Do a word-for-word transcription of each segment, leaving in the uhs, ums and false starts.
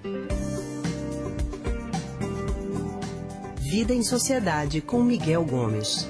Vida em Sociedade com Miguel Gomes.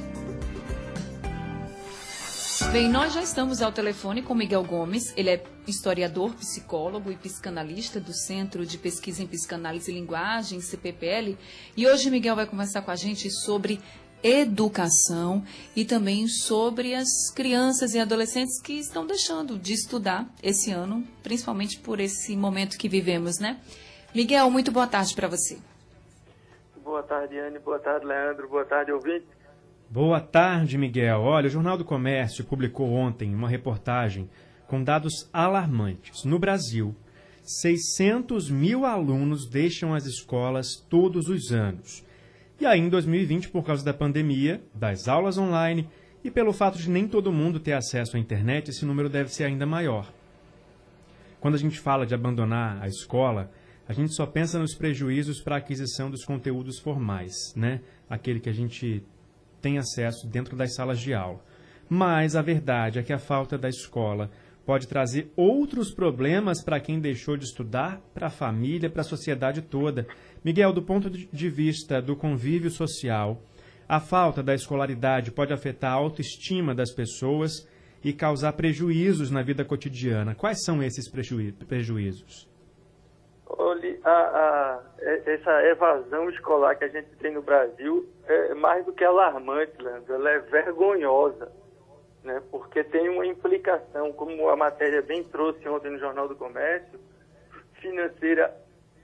Bem, nós já estamos ao telefone com Miguel Gomes. Ele é historiador, psicólogo e psicanalista do Centro de Pesquisa em Psicanálise e Linguagem, C P P L. E hoje Miguel vai conversar com a gente sobre educação e também sobre as crianças e adolescentes que estão deixando de estudar esse ano, principalmente por esse momento que vivemos, né? Miguel, muito boa tarde para você. Boa tarde, Anne. Boa tarde, Leandro. Boa tarde, ouvinte. Boa tarde, Miguel. Olha, o Jornal do Comércio publicou ontem uma reportagem com dados alarmantes. No Brasil, seiscentos mil alunos deixam as escolas todos os anos. E aí, em dois mil e vinte, por causa da pandemia, das aulas online e pelo fato de nem todo mundo ter acesso à internet, esse número deve ser ainda maior. Quando a gente fala de abandonar a escola, a gente só pensa nos prejuízos para a aquisição dos conteúdos formais, né? Aquele que a gente tem acesso dentro das salas de aula. Mas a verdade é que a falta da escola pode trazer outros problemas para quem deixou de estudar, para a família, para a sociedade toda. Miguel, do ponto de vista do convívio social, a falta da escolaridade pode afetar a autoestima das pessoas e causar prejuízos na vida cotidiana. Quais são esses prejuízos? Olha, a, a, essa evasão escolar que a gente tem no Brasil é mais do que alarmante, Leandro. Ela é vergonhosa, né? Porque tem uma implicação, como a matéria bem trouxe ontem no Jornal do Comércio, financeira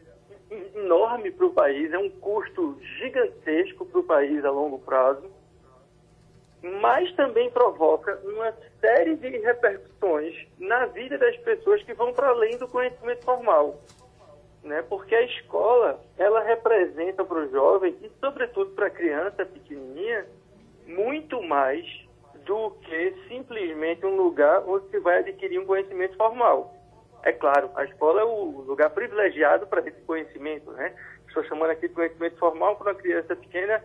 enorme para o país, é um custo gigantesco para o país a longo prazo, mas também provoca uma série de repercussões na vida das pessoas que vão para além do conhecimento formal. Né? Porque a escola, ela representa para o jovem, e sobretudo para a criança pequenininha, muito mais do que simplesmente um lugar onde se vai adquirir um conhecimento formal. É claro, a escola é o lugar privilegiado para esse conhecimento, né? Estou chamando aqui de conhecimento formal para uma criança pequena,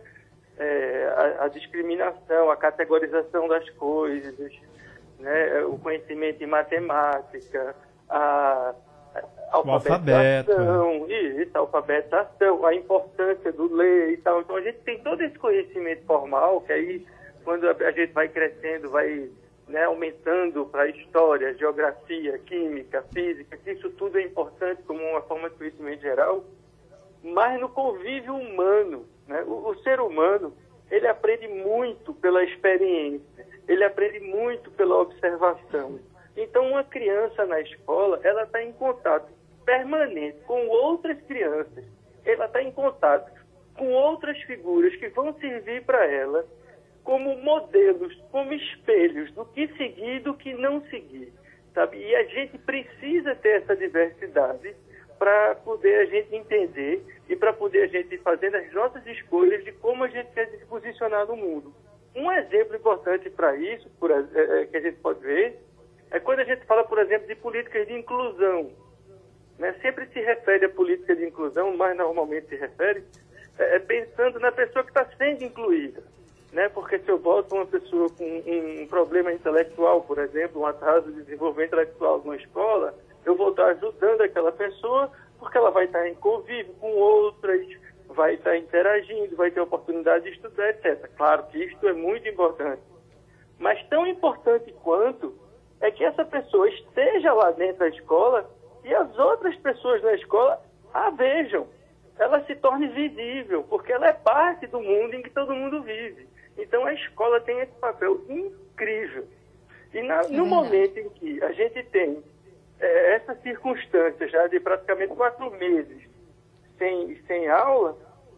é, a, a discriminação, a categorização das coisas, né? O conhecimento em matemática, a A alfabetização, isso, a alfabetização, a importância do ler e tal. Então a gente tem todo esse conhecimento formal, que aí quando a gente vai crescendo, vai, né, aumentando para história, geografia, química, física, que isso tudo é importante como uma forma de conhecimento geral, mas no convívio humano, né, o, o ser humano, ele aprende muito pela experiência, ele aprende muito pela observação. Então, uma criança na escola, ela está em contato permanente com outras crianças. Ela está em contato com outras figuras que vão servir para ela como modelos, como espelhos do que seguir e do que não seguir, sabe? E a gente precisa ter essa diversidade para poder a gente entender e para poder a gente ir fazendo as nossas escolhas de como a gente quer se posicionar no mundo. Um exemplo importante para isso, por, é, que a gente pode ver, é quando a gente fala, por exemplo, de políticas de inclusão. Né? Sempre se refere a política de inclusão, mas normalmente se refere é, pensando na pessoa que está sendo incluída. Né? Porque se eu boto uma pessoa com um problema intelectual, por exemplo, um atraso de desenvolvimento intelectual numa escola, eu vou estar ajudando aquela pessoa porque ela vai estar em convívio com outras, vai estar interagindo, vai ter oportunidade de estudar, etcétera. Claro que isto é muito importante. Mas tão importante quanto é que essa pessoa esteja lá dentro da escola e as outras pessoas da escola a vejam. Ela se torne visível, porque ela é parte do mundo em que todo mundo vive. Então a escola tem esse papel incrível. E na, no momento em que a gente tem é, essa circunstância já de praticamente quatro meses sem, sem aula,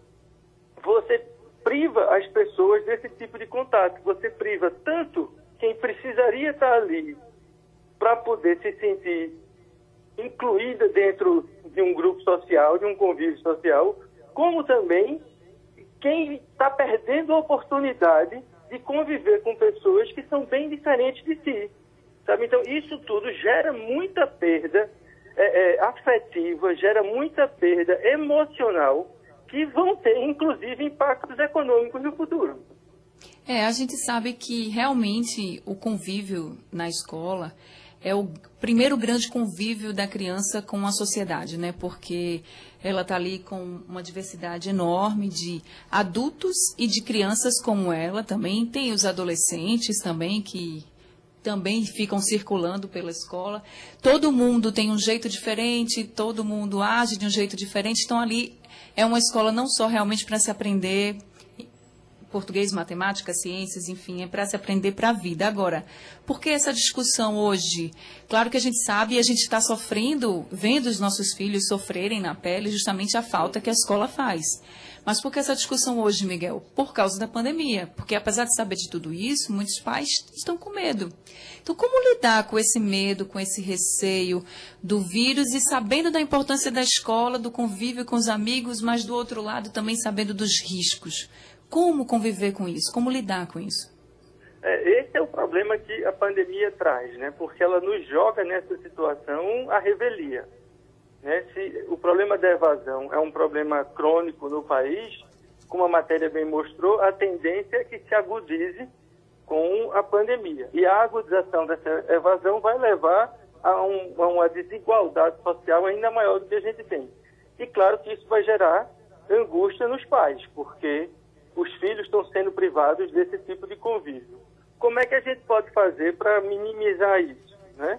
você priva as pessoas desse tipo de contato. Você priva tanto quem precisaria estar ali para poder se sentir incluída dentro de um grupo social, de um convívio social, como também quem está perdendo a oportunidade de conviver com pessoas que são bem diferentes de si, sabe? Então, isso tudo gera muita perda é, é, afetiva, gera muita perda emocional, que vão ter, inclusive, impactos econômicos no futuro. É, a gente sabe que realmente o convívio na escola é o primeiro grande convívio da criança com a sociedade, né? Porque ela está ali com uma diversidade enorme de adultos e de crianças como ela também. Tem os adolescentes também que também ficam circulando pela escola. Todo mundo tem um jeito diferente, todo mundo age de um jeito diferente. Então, ali é uma escola não só realmente para se aprender português, matemática, ciências, enfim, é para se aprender para a vida. Agora, por que essa discussão hoje? Claro que a gente sabe e a gente está sofrendo, vendo os nossos filhos sofrerem na pele justamente a falta que a escola faz. Mas por que essa discussão hoje, Miguel? Por causa da pandemia. Porque apesar de saber de tudo isso, muitos pais estão com medo. Então, como lidar com esse medo, com esse receio do vírus e sabendo da importância da escola, do convívio com os amigos, mas do outro lado também sabendo dos riscos? Como conviver com isso? Como lidar com isso? É, esse é o problema que a pandemia traz, né? Porque ela nos joga nessa situação à revelia. Né? Se o problema da evasão é um problema crônico no país, como a matéria bem mostrou, a tendência é que se agudize com a pandemia. E a agudização dessa evasão vai levar a, um, a uma desigualdade social ainda maior do que a gente tem. E claro que isso vai gerar angústia nos pais, porque os filhos estão sendo privados desse tipo de convívio. Como é que a gente pode fazer para minimizar isso, né?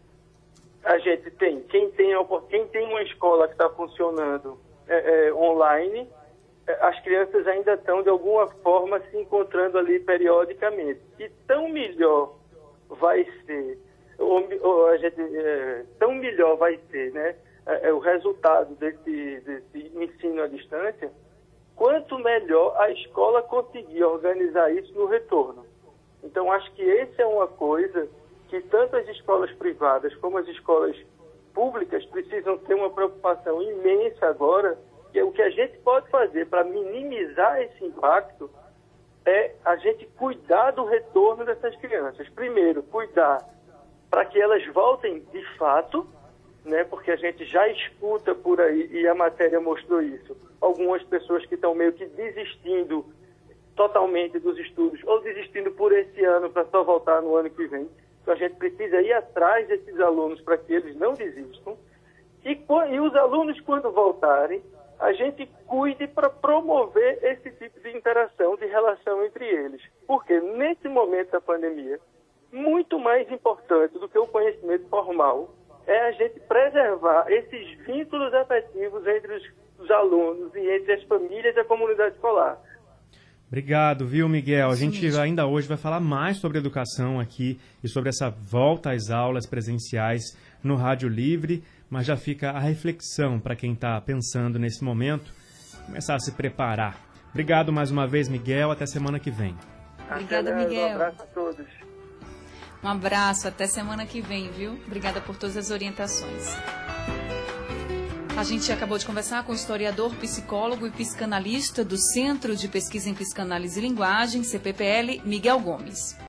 A gente tem, quem tem, quem tem uma escola que está funcionando é, é, online, é, as crianças ainda estão, de alguma forma, se encontrando ali periodicamente. E tão melhor vai ser, ou, ou a gente, é, tão melhor vai ser, né, é, é, o resultado desse, desse ensino à distância, quanto melhor a escola conseguir organizar isso no retorno. Então, acho que essa é uma coisa que tanto as escolas privadas como as escolas públicas precisam ter uma preocupação imensa agora, que é o que a gente pode fazer para minimizar esse impacto é a gente cuidar do retorno dessas crianças. Primeiro, cuidar para que elas voltem de fato, né, porque a gente já escuta por aí, e a matéria mostrou isso, algumas pessoas que estão meio que desistindo totalmente dos estudos, ou desistindo por esse ano para só voltar no ano que vem. Então a gente precisa ir atrás desses alunos para que eles não desistam. E, e os alunos, quando voltarem, a gente cuide para promover esse tipo de interação, de relação entre eles. Porque nesse momento da pandemia, muito mais importante do que o conhecimento formal é a gente preservar esses vínculos afetivos entre os, os alunos e entre as famílias e a comunidade escolar. Obrigado, viu, Miguel? A gente ainda hoje vai falar mais sobre educação aqui e sobre essa volta às aulas presenciais no Rádio Livre, mas já fica a reflexão para quem está pensando nesse momento, começar a se preparar. Obrigado mais uma vez, Miguel. Até semana que vem. Obrigada, Miguel. Um abraço a todos. Um abraço, até semana que vem, viu? Obrigada por todas as orientações. A gente acabou de conversar com o historiador, psicólogo e psicanalista do Centro de Pesquisa em Psicanálise e Linguagem, C P P L, Miguel Gomes.